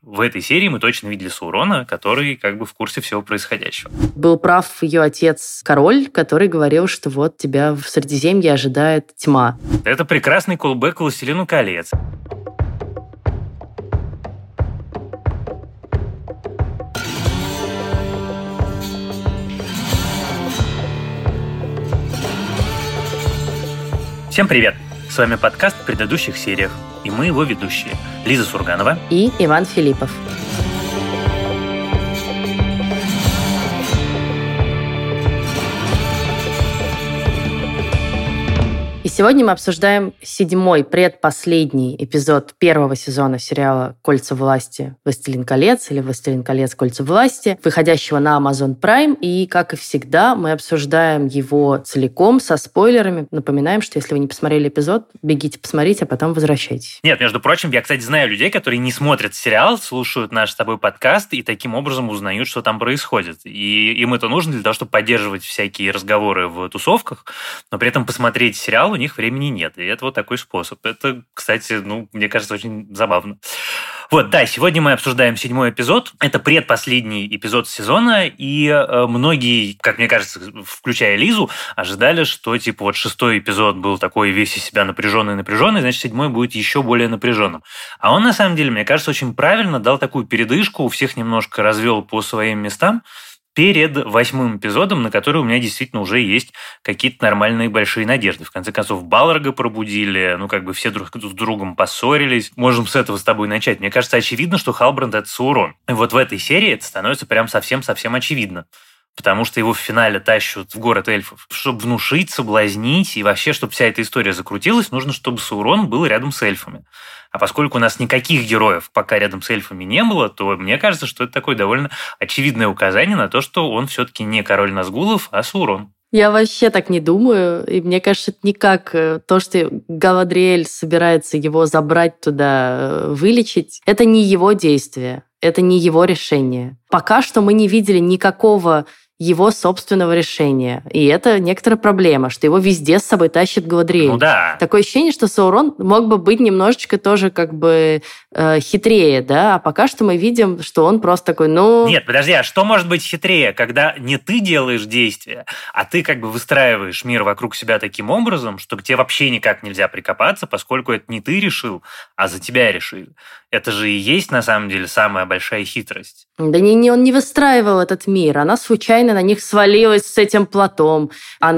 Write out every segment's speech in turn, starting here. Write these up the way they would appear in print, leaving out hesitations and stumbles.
в этой серии мы точно видели Саурона, который как бы в курсе всего происходящего. Был прав ее отец-король, который говорил, что вот тебя в Средиземье ожидает тьма. Это прекрасный колбэк к «Властелину колец». Всем привет! С вами подкаст в предыдущих сериях, и мы его ведущие Лиза Сурганова и Иван Филиппов. И сегодня мы обсуждаем 7-й, предпоследний эпизод первого сезона сериала «Кольца власти. Властелин колец» или «Властелин колец. Кольца власти», выходящего на Amazon Prime. И, как и всегда, мы обсуждаем его целиком, со спойлерами. Напоминаем, что если вы не посмотрели эпизод, бегите посмотрите, а потом возвращайтесь. Нет, между прочим, я, кстати, знаю людей, которые не смотрят сериал, слушают наш с тобой подкаст и таким образом узнают, что там происходит. И им это нужно для того, чтобы поддерживать всякие разговоры в тусовках, но при этом посмотреть сериал у них времени нет. И это вот такой способ. Это, кстати, мне кажется, очень забавно. Вот, да, сегодня мы обсуждаем 7-й эпизод. Это предпоследний эпизод сезона, и многие, как мне кажется, включая Лизу, ожидали, что, типа, вот 6-й эпизод был такой весь из себя напряженный, значит, 7-й будет еще более напряженным. А он, на самом деле, мне кажется, очень правильно дал такую передышку, у всех немножко развел по своим местам, перед 8-м эпизодом, на который у меня действительно уже есть какие-то нормальные большие надежды. В конце концов, Балрога пробудили, все друг с другом поссорились. Можем с этого с тобой начать. Мне кажется, очевидно, что Халбранд — это Саурон. И вот в этой серии это становится прям совсем-совсем очевидно. Потому что его в финале тащат в город эльфов. Чтобы внушить, соблазнить и вообще, чтобы вся эта история закрутилась, нужно, чтобы Саурон был рядом с эльфами. А поскольку у нас никаких героев пока рядом с эльфами не было, то мне кажется, что это такое довольно очевидное указание на то, что он все-таки не король Назгулов, а Саурон. Я вообще так не думаю. И мне кажется, это не как то, что Галадриэль собирается его забрать туда, вылечить. Это не его действие. Это не его решение. Пока что мы не видели никакого его собственного решения. И это некоторая проблема, что его везде с собой тащит Галадриэль. Да. Такое ощущение, что Саурон мог бы быть немножечко тоже хитрее, да? А пока что мы видим, что он просто такой, Нет, подожди, а что может быть хитрее, когда не ты делаешь действия, а ты выстраиваешь мир вокруг себя таким образом, что к тебе вообще никак нельзя прикопаться, поскольку это не ты решил, а за тебя решили. Это же и есть, на самом деле, самая большая хитрость. Да он не выстраивал этот мир. Она случайно на них свалилась с этим плотом.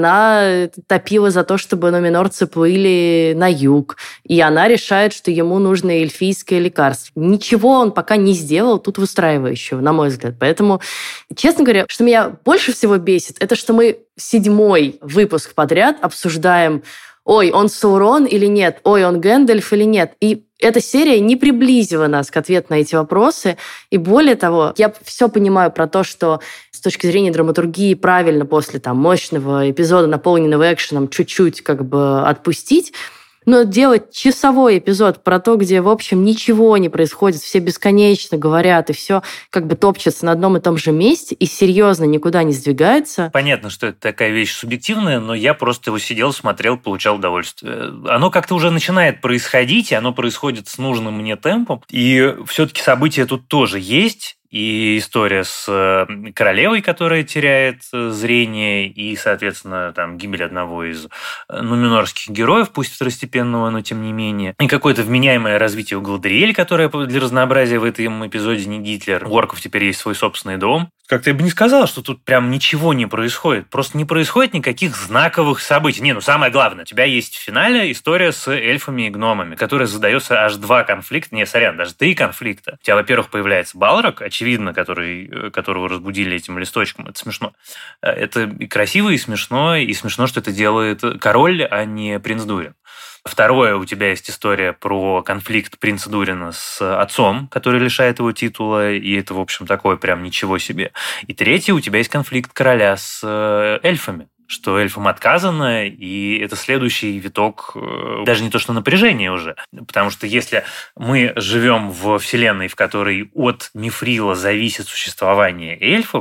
Она топила за то, чтобы нуминорцы плыли на юг. И она решает, что ему нужно эльфийское лекарство. Ничего он пока не сделал тут выстраивающего, на мой взгляд. Поэтому, честно говоря, что меня больше всего бесит, это что мы 7-й выпуск подряд обсуждаем: ой, он Саурон или нет? Ой, он Гэндальф или нет? И эта серия не приблизила нас к ответу на эти вопросы. И более того, я все понимаю про то, что с точки зрения драматургии правильно после мощного эпизода, наполненного экшеном, чуть-чуть отпустить. Но делать часовой эпизод про то, где, в общем, ничего не происходит, все бесконечно говорят, и все топчется на одном и том же месте, и серьезно никуда не сдвигается. Понятно, что это такая вещь субъективная, но я просто его сидел, смотрел, получал удовольствие. Оно как-то уже начинает происходить, и оно происходит с нужным мне темпом. И все-таки события тут тоже есть. И история с королевой, которая теряет зрение, и, соответственно, гибель одного из нуминорских героев, пусть второстепенного, но тем не менее. И какое-то вменяемое развитие у Галадриэль, которая для разнообразия в этом эпизоде не Гитлер. У орков теперь есть свой собственный дом. Как-то я бы не сказал, что тут прям ничего не происходит. Просто не происходит никаких знаковых событий. Самое главное, у тебя есть в финале история с эльфами и гномами, которая задается аж 2 конфликта, даже 3 конфликта. У тебя, во-первых, появляется Балрог, очевидно, которого разбудили этим листочком. Это смешно. Это и красиво, и смешно, что это делает король, а не принц Дурин. Второе, у тебя есть история про конфликт принца Дурина с отцом, который лишает его титула, и это, в общем, такое прям ничего себе. И третье, у тебя есть конфликт короля с эльфами, что эльфам отказано, и это следующий виток, даже не то что напряжение уже, потому что если мы живем в вселенной, в которой от мифрила зависит существование эльфов,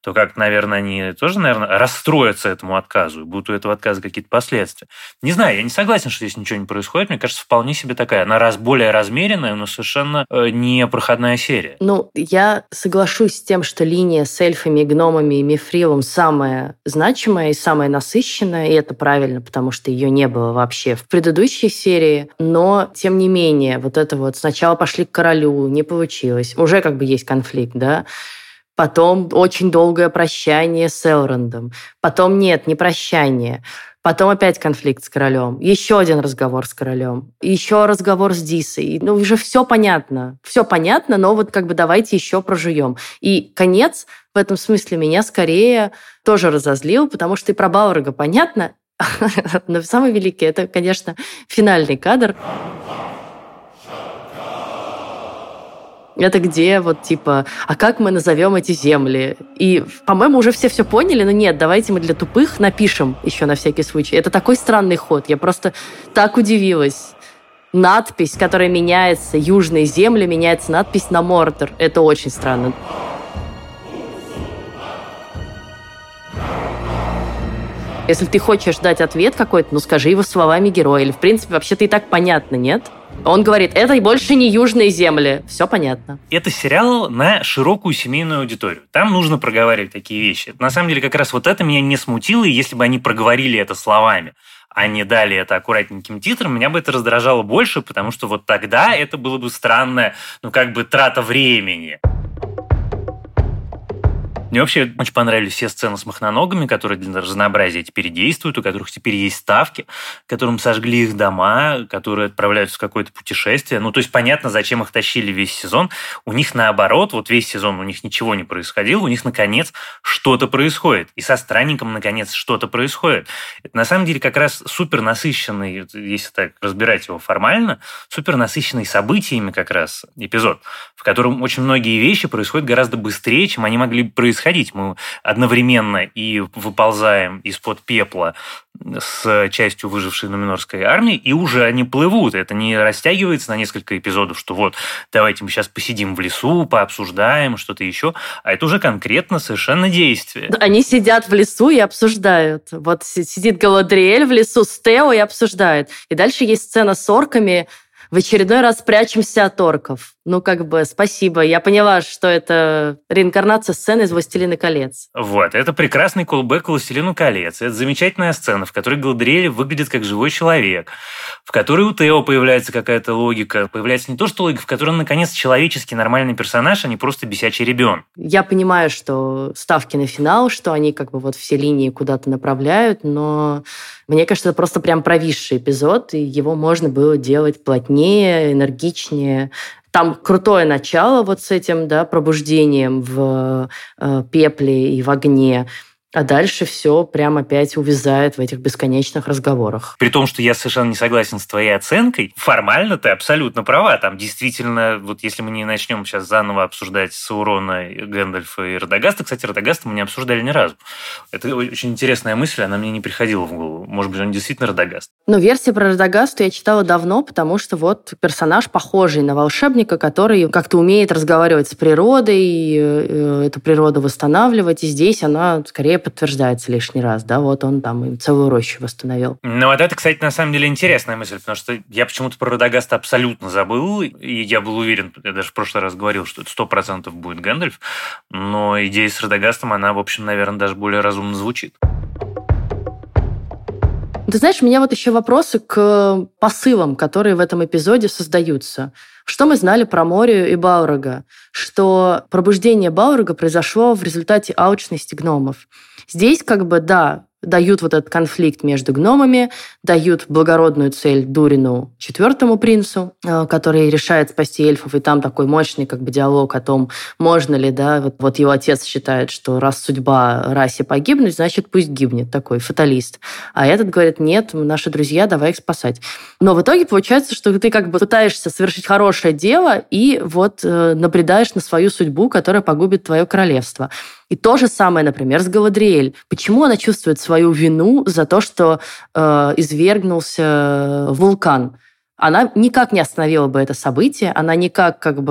то как, наверное, они тоже, наверное, расстроятся этому отказу, и будут у этого отказа какие-то последствия. Не знаю, я не согласен, что здесь ничего не происходит. Мне кажется, вполне себе такая, она более размеренная, но совершенно не проходная серия. Я соглашусь с тем, что линия с эльфами, гномами и мифрилом самая значимая и самая насыщенная, и это правильно, потому что ее не было вообще в предыдущей серии. Но, тем не менее, вот это вот сначала пошли к королю, не получилось. Уже как бы есть конфликт, да? Потом очень долгое прощание с Элрондом. Потом нет, не прощание. Потом опять конфликт с королем. Еще один разговор с королем. Еще разговор с Дисой. Уже все понятно. Все понятно, но вот как бы давайте еще прожуем. И конец в этом смысле меня скорее тоже разозлил, потому что и про Балрога понятно, но самый великий – это, конечно, финальный кадр. Это где вот типа, а как мы назовем эти земли? И, по-моему, уже все поняли, но нет, давайте мы для тупых напишем еще на всякий случай. Это такой странный ход, я просто так удивилась. Надпись, которая меняется, южные земли, меняется надпись на Мордор. Это очень странно. Если ты хочешь дать ответ какой-то, скажи его словами героя. Или, в принципе, вообще-то и так понятно, нет? Он говорит, это больше не южные земли. Все понятно. Это сериал на широкую семейную аудиторию. Там нужно проговаривать такие вещи. На самом деле, как раз вот это меня не смутило, и если бы они проговорили это словами, а не дали это аккуратненьким титром, меня бы это раздражало больше, потому что вот тогда это было бы странная, трата времени. Мне вообще очень понравились все сцены с махноногами, которые для разнообразия теперь действуют, у которых теперь есть ставки, которым сожгли их дома, которые отправляются в какое-то путешествие. То есть понятно, зачем их тащили весь сезон. У них наоборот, вот весь сезон у них ничего не происходило, у них наконец что-то происходит. И со Странником наконец что-то происходит. Это на самом деле как раз супер насыщенный, если так разбирать его формально, супер насыщенный событиями как раз эпизод, в котором очень многие вещи происходят гораздо быстрее, чем они могли бы происходить. Мы одновременно и выползаем из-под пепла с частью выжившей нуменорской армии, и уже они плывут. Это не растягивается на несколько эпизодов, что вот, давайте мы сейчас посидим в лесу, пообсуждаем что-то еще, а это уже конкретно совершенно действие. Они сидят в лесу и обсуждают. Вот сидит Галадриэль в лесу с Тео и обсуждает. И дальше есть сцена с орками. В очередной раз прячемся от орков. Спасибо. Я поняла, что это реинкарнация сцены из «Властелина колец». Вот, это прекрасный колбэк к «Властелину колец». Это замечательная сцена, в которой Галадриэль выглядит как живой человек, в которой у Тео появляется какая-то логика. Появляется не то, что логика, в которой, наконец, человеческий нормальный персонаж, а не просто бесячий ребенок. Я понимаю, что ставки на финал, что они все линии куда-то направляют, но мне кажется, это просто прям провисший эпизод, и его можно было делать плотнее, энергичнее. Там крутое начало вот с этим, пробуждением в пепле и в огне. А дальше все прям опять увязает в этих бесконечных разговорах. При том, что я совершенно не согласен с твоей оценкой, формально ты абсолютно права. Там действительно, вот если мы не начнем сейчас заново обсуждать Саурона, Гэндальфа и Радагаста, кстати, Радагаста мы не обсуждали ни разу. Это очень интересная мысль, она мне не приходила в голову. Может быть, он действительно Радагаст. Версию про Радагасту я читала давно, потому что вот персонаж похожий на волшебника, который как-то умеет разговаривать с природой, эту природу восстанавливать, и здесь она скорее подтверждается лишний раз, вот он там им целую рощу восстановил. Вот это, кстати, на самом деле интересная мысль, потому что я почему-то про Радагаста абсолютно забыл, и я был уверен, я даже в прошлый раз говорил, что это 100% будет Гэндальф, но идея с Радагастом, она, в общем, наверное, даже более разумно звучит. Ты знаешь, у меня вот еще вопросы к посылам, которые в этом эпизоде создаются. Что мы знали про Морию и Балрога? Что пробуждение Балрога произошло в результате алчности гномов. Здесь дают вот этот конфликт между гномами, дают благородную цель Дурину, четвертому принцу, который решает спасти эльфов, и там такой мощный диалог о том, можно ли, вот его отец считает, что раз судьба расе погибнуть, значит, пусть гибнет, такой фаталист. А этот говорит, нет, наши друзья, давай их спасать. Но в итоге получается, что ты пытаешься совершить хорошее дело и набредаешь на свою судьбу, которая погубит твое королевство. И то же самое, например, с Галадриэль. Почему она чувствует свою вину за то, что извергнулся вулкан? Она никак не остановила бы это событие, она никак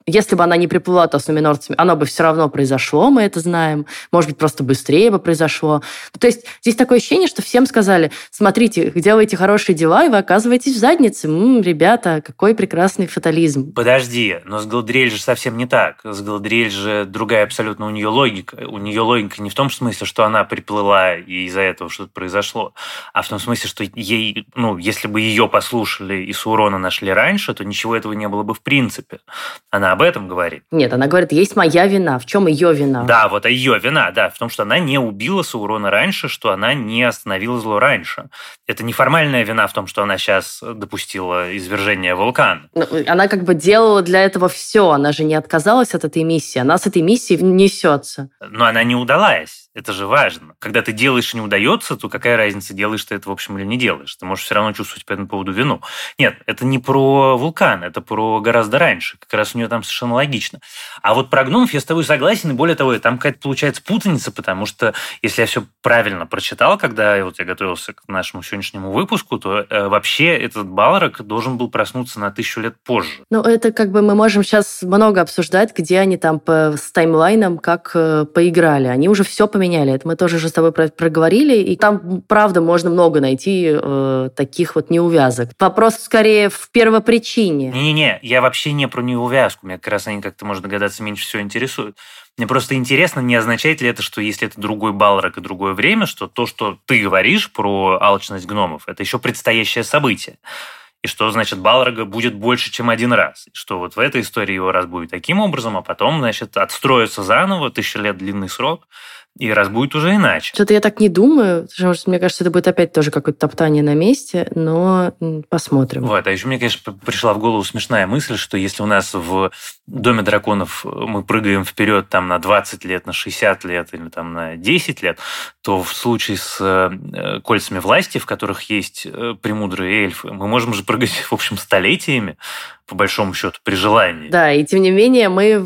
Если бы она не приплыла, то с нуменорцами оно бы все равно произошло, мы это знаем. Может быть, просто быстрее бы произошло. То есть здесь такое ощущение, что всем сказали, смотрите, делаете хорошие дела, и вы оказываетесь в заднице. Ребята, какой прекрасный фатализм. Подожди, но с Галадриэль же совсем не так. С Галадриэль же другая абсолютно у нее логика. У нее логика не в том смысле, что она приплыла, и из-за этого что-то произошло, а в том смысле, что ей, если бы ее послушали и Саурона нашли раньше, то ничего этого не было бы в принципе. Она об этом говорит. Нет, она говорит, есть моя вина. В чем ее вина? Да, вот ее вина, да, в том, что она не убила Саурона раньше, что она не остановила зло раньше. Это неформальная вина в том, что она сейчас допустила извержение вулкана. Она как бы делала для этого все. Она же не отказалась от этой миссии. Она с этой миссией несется. Но она не удалась. Это же важно. Когда ты делаешь и не удается, то какая разница, делаешь ты это, в общем, или не делаешь? Ты можешь все равно чувствовать по этому поводу вину. Нет, это не про вулкан, это про гораздо раньше. Как раз у нее там совершенно логично. А вот про гномов я с тобой согласен, и более того, там какая-то получается путаница, потому что, если я все правильно прочитал, когда я готовился к нашему сегодняшнему выпуску, то вообще этот Балрог должен был проснуться на 1000 лет позже. Это как бы мы можем сейчас много обсуждать, где они там с таймлайном как поиграли. Они уже все поменяли. Это мы тоже уже с тобой проговорили, и там, правда, можно много найти таких вот неувязок. Вопрос скорее в первопричине. Не-не-не, я вообще не про неувязку. Меня как раз они, как ты можешь догадаться, меньше всего интересуют. Мне просто интересно, не означает ли это, что если это другой Балрог и другое время, что то, что ты говоришь про алчность гномов, это еще предстоящее событие. И что, значит, Балрога будет больше, чем один раз. И что вот в этой истории его разбудит таким образом, а потом, значит, отстроится заново, 1000 лет длинный срок, и раз будет уже иначе. Что-то я так не думаю. Мне кажется, это будет опять тоже какое-то топтание на месте, но посмотрим. Вот. А еще мне, конечно, пришла в голову смешная мысль, что если у нас в Доме драконов мы прыгаем вперед там, на 20 лет, на 60 лет или там, на 10 лет, то в случае с кольцами власти, в которых есть премудрые эльфы, мы можем же прыгать, в общем, столетиями, по большому счету, при желании. Да, и тем не менее мы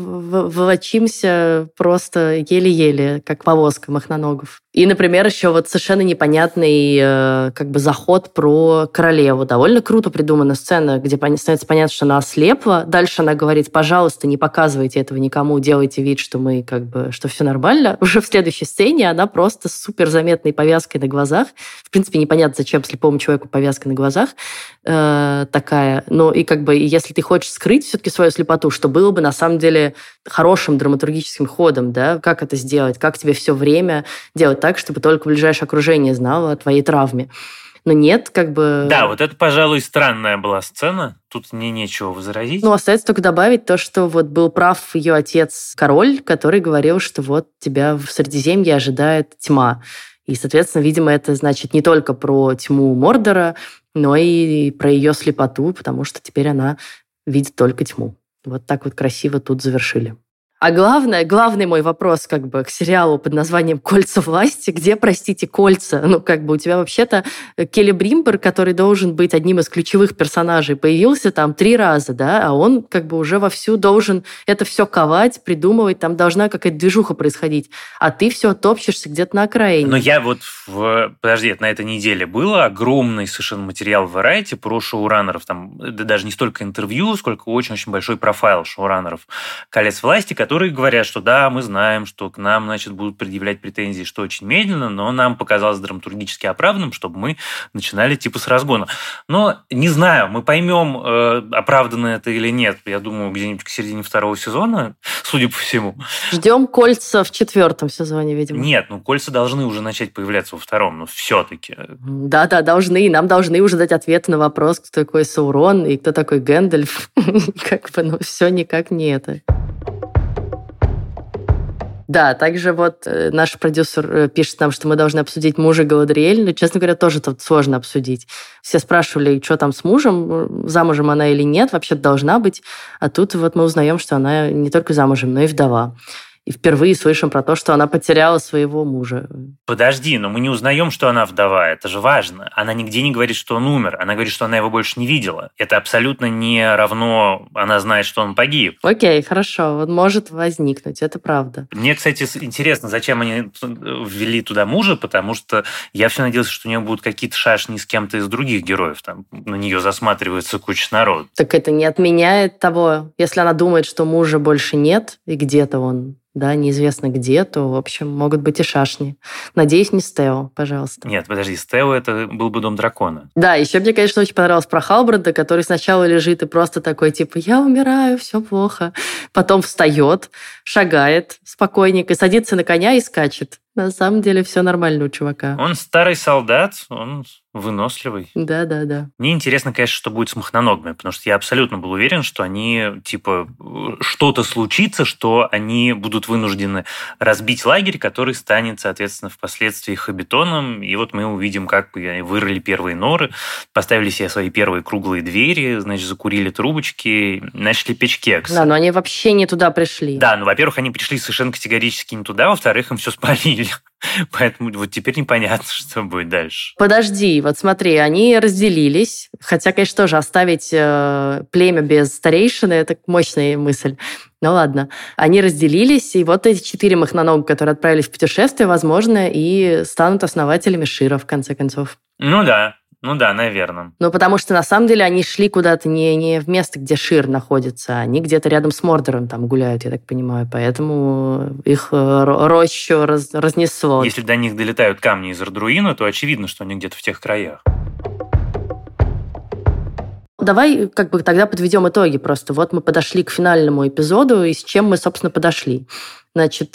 волочимся просто еле-еле, как повозка махноногов. И, например, еще вот совершенно непонятный как бы заход про королеву. Довольно круто придумана сцена, где становится понятно, что она ослепла. Дальше она говорит, пожалуйста, не показывайте этого никому, делайте вид, что мы как бы, что все нормально. Уже в следующей сцене она просто с суперзаметной повязкой на глазах. В принципе, непонятно, зачем слепому человеку повязка на глазах такая. Ну и как бы, если ты хочешь скрыть все-таки свою слепоту, что было бы на самом деле хорошим драматургическим ходом, да, как это сделать, как тебе все время делать так, чтобы только ближайшее окружение знало о твоей травме. Но нет, как бы... Да, вот это, пожалуй, странная была сцена. Тут мне нечего возразить. Ну, остается только добавить то, что вот был прав ее отец-король, который говорил, что вот тебя в Средиземье ожидает тьма. И, соответственно, видимо, это значит не только про тьму Мордора, но и про ее слепоту, потому что теперь она видит только тьму. Вот так вот красиво тут завершили. А главный мой вопрос как бы к сериалу под названием «Кольца власти». Где, простите, кольца? Ну, как бы у тебя вообще-то Келебримбер, который должен быть одним из ключевых персонажей, появился там 3 раза, да, а он как бы уже вовсю должен это все ковать, придумывать, там должна какая-то движуха происходить. А ты все топчешься где-то на окраине. Но я вот подожди, на этой неделе было огромный совершенно материал в Variety про шоураннеров. Там даже не столько интервью, сколько очень-очень большой профайл шоураннеров «Колец власти», которые говорят, что да, мы знаем, что к нам, значит, будут предъявлять претензии, что очень медленно, но нам показалось драматургически оправданным, чтобы мы начинали типа с разгона. Но не знаю, мы поймем, оправдано это или нет. Я думаю, где-нибудь к середине 2-го сезона, судя по всему. Ждем кольца в 4-м сезоне, видимо. Нет, кольца должны уже начать появляться во 2-м, но все-таки. Да, должны. Нам должны уже дать ответ на вопрос, кто такой Саурон и кто такой Гэндальф. Как бы, все никак не это. Да, также вот наш продюсер пишет нам, что мы должны обсудить мужа Галадриэль, но, честно говоря, тоже тут сложно обсудить. Все спрашивали, что там с мужем, замужем она или нет, вообще-то должна быть. А тут вот мы узнаем, что она не только замужем, но и вдова. и впервые слышим про то, что она потеряла своего мужа. Подожди, но мы не узнаем, что она вдова, это же важно. Она нигде не говорит, что он умер, она говорит, что она его больше не видела. Это абсолютно не равно, она знает, что он погиб. Окей, хорошо, вот может возникнуть, это правда. Мне, кстати, интересно, зачем они ввели туда мужа, потому что я все надеялся, что у нее будут какие-то шашни с кем-то из других героев, там на нее засматривается куча народу. Так это не отменяет того, если она думает, что мужа больше нет, и где-то он, да, неизвестно где, то, в общем, могут быть и шашни. Надеюсь, не с Тео, пожалуйста. Нет, подожди, с Тео это был бы Дом дракона. Да, еще мне, конечно, очень понравилось про Халбранда, который сначала лежит и просто такой, типа, я умираю, все плохо. Потом встает, шагает спокойненько, садится на коня и скачет. На самом деле все нормально у чувака. Он старый солдат, он выносливый. Да. Мне интересно, конечно, что будет с махноногами, потому что я абсолютно был уверен, что они, типа, что-то случится, что они будут вынуждены разбить лагерь, который станет, соответственно, впоследствии хоббитоном. И вот мы увидим, как вырыли первые норы, поставили себе свои первые круглые двери, значит, закурили трубочки, начали печь кекс. Да, но они вообще не туда пришли. Да, ну, во-первых, они пришли совершенно категорически не туда, во-вторых, им все спалили. Поэтому вот теперь непонятно, что будет дальше. Подожди, вот смотри, они разделились. Хотя, конечно, тоже оставить племя без старейшины – это мощная мысль. Ну ладно. Они разделились, и вот эти 4 махнонога, которые отправились в путешествие, возможно, и станут основателями Шира, в конце концов. Ну да, наверное. Ну, потому что, на самом деле, они шли куда-то не в место, где Шир находится, они где-то рядом с Мордором там гуляют, я так понимаю, поэтому их рощу разнесло. Если до них долетают камни из Ардруина, то очевидно, что они где-то в тех краях. Давай тогда подведем итоги просто. Вот мы подошли к финальному эпизоду, и с чем мы, собственно, подошли. Значит,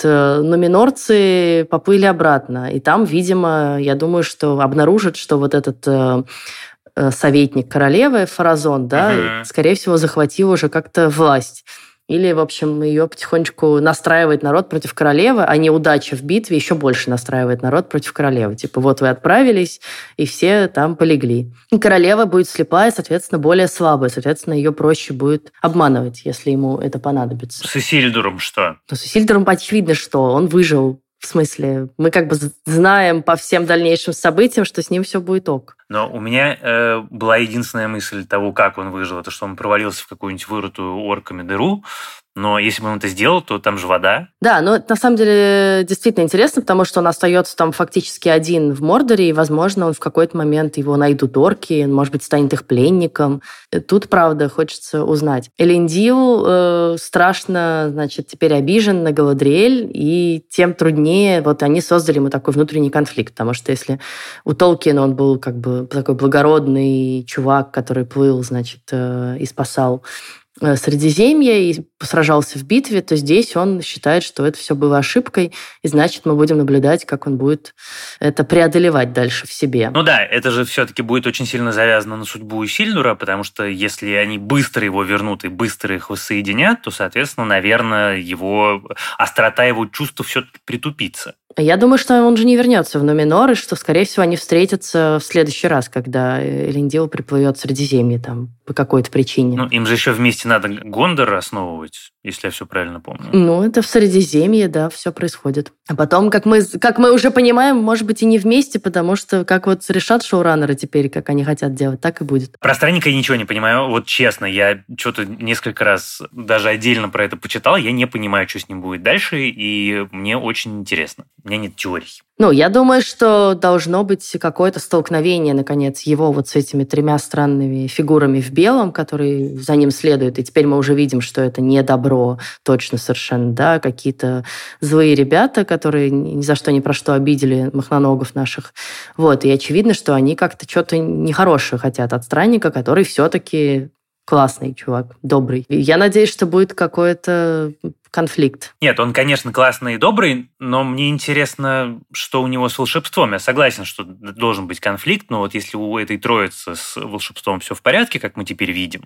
нуминорцы поплыли обратно, и там, видимо, я думаю, что обнаружат, что вот этот советник королевы Фаразон, да, скорее всего, захватил уже как-то власть. Или, в общем, ее потихонечку настраивает народ против королевы, а неудача в битве еще больше настраивает народ против королевы. Типа, вот вы отправились, и все там полегли. И королева будет слепая, соответственно, более слабая. Соответственно, ее проще будет обманывать, если ему это понадобится. С Исильдуром что? Ну, с Исильдуром очевидно, что он выжил. В смысле, мы знаем по всем дальнейшим событиям, что с ним все будет ок. Но у меня была единственная мысль того, как он выжил, это что он провалился в какую-нибудь вырытую орками дыру. Но если бы он это сделал, то там же вода. Да, но это на самом деле действительно интересно, потому что он остается там фактически один в Мордоре, и, возможно, он в какой-то момент его найдут орки, он, может быть, станет их пленником. Тут, правда, хочется узнать. Элендил страшно, значит, теперь обижен на Галадриэль, и тем труднее, вот они создали ему такой внутренний конфликт, потому что если у Толкиена он был как бы такой благородный чувак, который плыл, значит, и спасал Средиземье и сражался в битве, то здесь он считает, что это все было ошибкой, и значит, мы будем наблюдать, как он будет это преодолевать дальше в себе. Ну да, это же все-таки будет очень сильно завязано на судьбу Исильдура, потому что если они быстро его вернут и быстро их воссоединят, то, соответственно, наверное, острота его чувств все-таки притупится. Я думаю, что он же не вернется в Нуминор, и что, скорее всего, они встретятся в следующий раз, когда Элендил приплывет в Средиземье там по какой-то причине. Ну, им же еще вместе надо Гондор основывать, если я все правильно помню. Ну, это в Средиземье, да, все происходит. А потом, как мы уже понимаем, может быть, и не вместе, потому что как вот решат шоураннеры теперь, как они хотят делать, так и будет. Про странника я ничего не понимаю. Вот честно, я что-то несколько раз даже отдельно про это почитал, я не понимаю, что с ним будет дальше, и мне очень интересно. У меня нет теорий. Ну, я думаю, что должно быть какое-то столкновение, наконец, его вот с этими 3 странными фигурами в белом, которые за ним следуют. И теперь мы уже видим, что это не добро, точно совершенно, да, какие-то злые ребята, которые ни за что, ни про что обидели махноногов наших. Вот, и очевидно, что они как-то что-то нехорошее хотят от странника, который все-таки классный чувак, добрый. И я надеюсь, что будет какой-то конфликт. Нет, он, конечно, классный и добрый, но мне интересно, что у него с волшебством. Я согласен, что должен быть конфликт, но вот если у этой троицы с волшебством все в порядке, как мы теперь видим,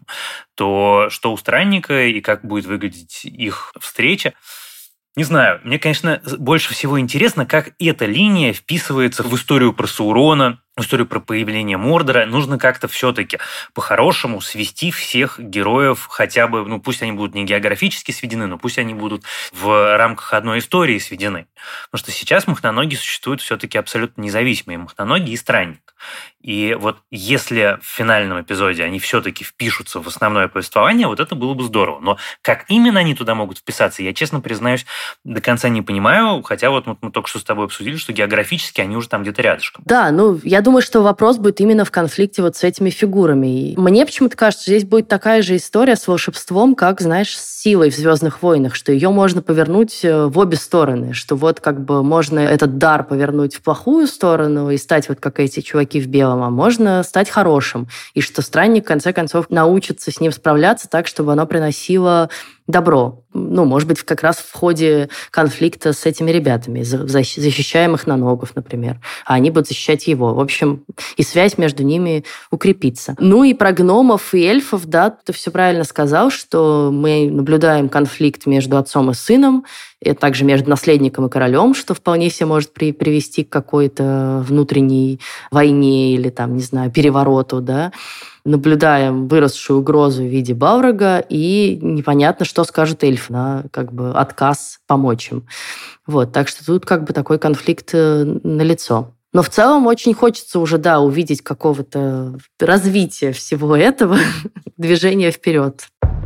то что у странника и как будет выглядеть их встреча, не знаю. Мне, конечно, больше всего интересно, как эта линия вписывается в историю про Саурона, историю про появление Мордора, нужно как-то все-таки по-хорошему свести всех героев хотя бы, пусть они будут не географически сведены, но пусть они будут в рамках одной истории сведены. Потому что сейчас махноноги существуют все-таки абсолютно независимые. Махноноги и Странник. И вот если в финальном эпизоде они все-таки впишутся в основное повествование, вот это было бы здорово. Но как именно они туда могут вписаться, я, честно признаюсь, до конца не понимаю, хотя вот мы только что с тобой обсудили, что географически они уже там где-то рядышком. Да, я думаю, что вопрос будет именно в конфликте вот с этими фигурами. И мне почему-то кажется, что здесь будет такая же история с волшебством, как, знаешь, с силой в «Звездных войнах», что ее можно повернуть в обе стороны, что вот как бы можно этот дар повернуть в плохую сторону и стать вот как эти чуваки в белом, а можно стать хорошим. И что Странник, в конце концов, научится с ним справляться так, чтобы оно приносило добро. Может быть, как раз в ходе конфликта с этими ребятами, защищая махноногов, например. А они будут защищать его. В общем, и связь между ними укрепится. И про гномов и эльфов, да, ты все правильно сказал, что мы наблюдаем конфликт между отцом и сыном, и также между наследником и королем, что вполне себе может привести к какой-то внутренней войне или, перевороту, да. Наблюдаем выросшую угрозу в виде Балрога, и непонятно, что скажут эльфы на отказ помочь им. Так что тут такой конфликт налицо. Но в целом очень хочется уже, увидеть какого-то развития всего этого, движения вперед.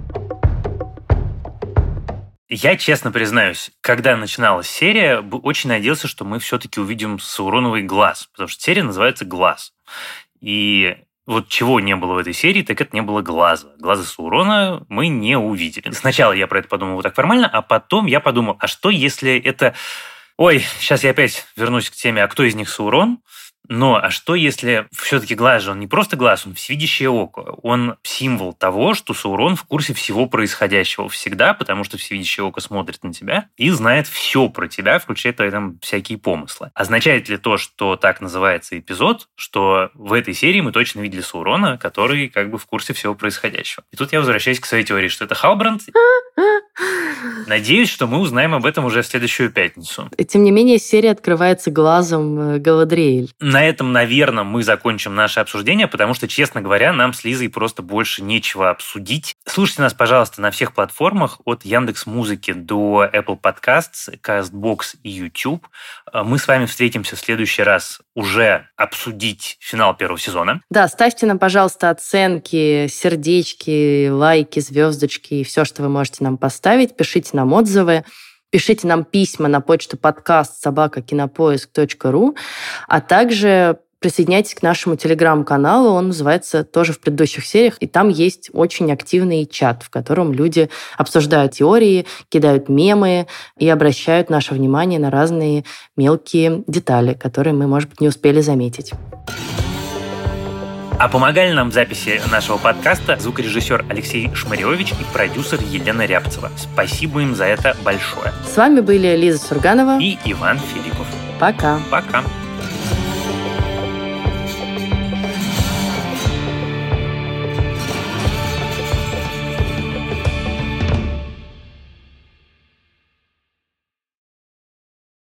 Я, честно признаюсь, когда начиналась серия, очень надеялся, что мы все-таки увидим Сауроновый глаз, потому что серия называется «Глаз». И вот чего не было в этой серии, так это не было глаза. Глаза Саурона мы не увидели. Сначала я про это подумал вот так формально, а потом я подумал, а что если это... сейчас я опять вернусь к теме, а кто из них Саурон? А что если все-таки глаз же, он не просто глаз, он всевидящее око. Он символ того, что Саурон в курсе всего происходящего всегда, потому что всевидящее око смотрит на тебя и знает все про тебя, включая твои всякие помыслы. Означает ли то, что так называется эпизод, что в этой серии мы точно видели Саурона, который в курсе всего происходящего? И тут я возвращаюсь к своей теории, что это Халбранд. Надеюсь, что мы узнаем об этом уже в следующую пятницу. Тем не менее, серия открывается глазом Галадриэль. На этом, наверное, мы закончим наше обсуждение, потому что, честно говоря, нам с Лизой просто больше нечего обсудить. Слушайте нас, пожалуйста, на всех платформах, от Яндекс.Музыки до Apple Podcasts, CastBox и YouTube. Мы с вами встретимся в следующий раз уже обсудить финал первого сезона. Да, ставьте нам, пожалуйста, оценки, сердечки, лайки, звездочки и все, что вы можете нам поставить. Пишите нам отзывы. Пишите нам письма на почту podcast@kinopoisk.ru, а также присоединяйтесь к нашему телеграм-каналу, он называется тоже в предыдущих сериях, и там есть очень активный чат, в котором люди обсуждают теории, кидают мемы и обращают наше внимание на разные мелкие детали, которые мы, может быть, не успели заметить. А помогали нам в записи нашего подкаста звукорежиссер Алексей Шмаревич и продюсер Елена Рябцева. Спасибо им за это большое. С вами были Лиза Сурганова и Иван Филиппов. Пока. Пока.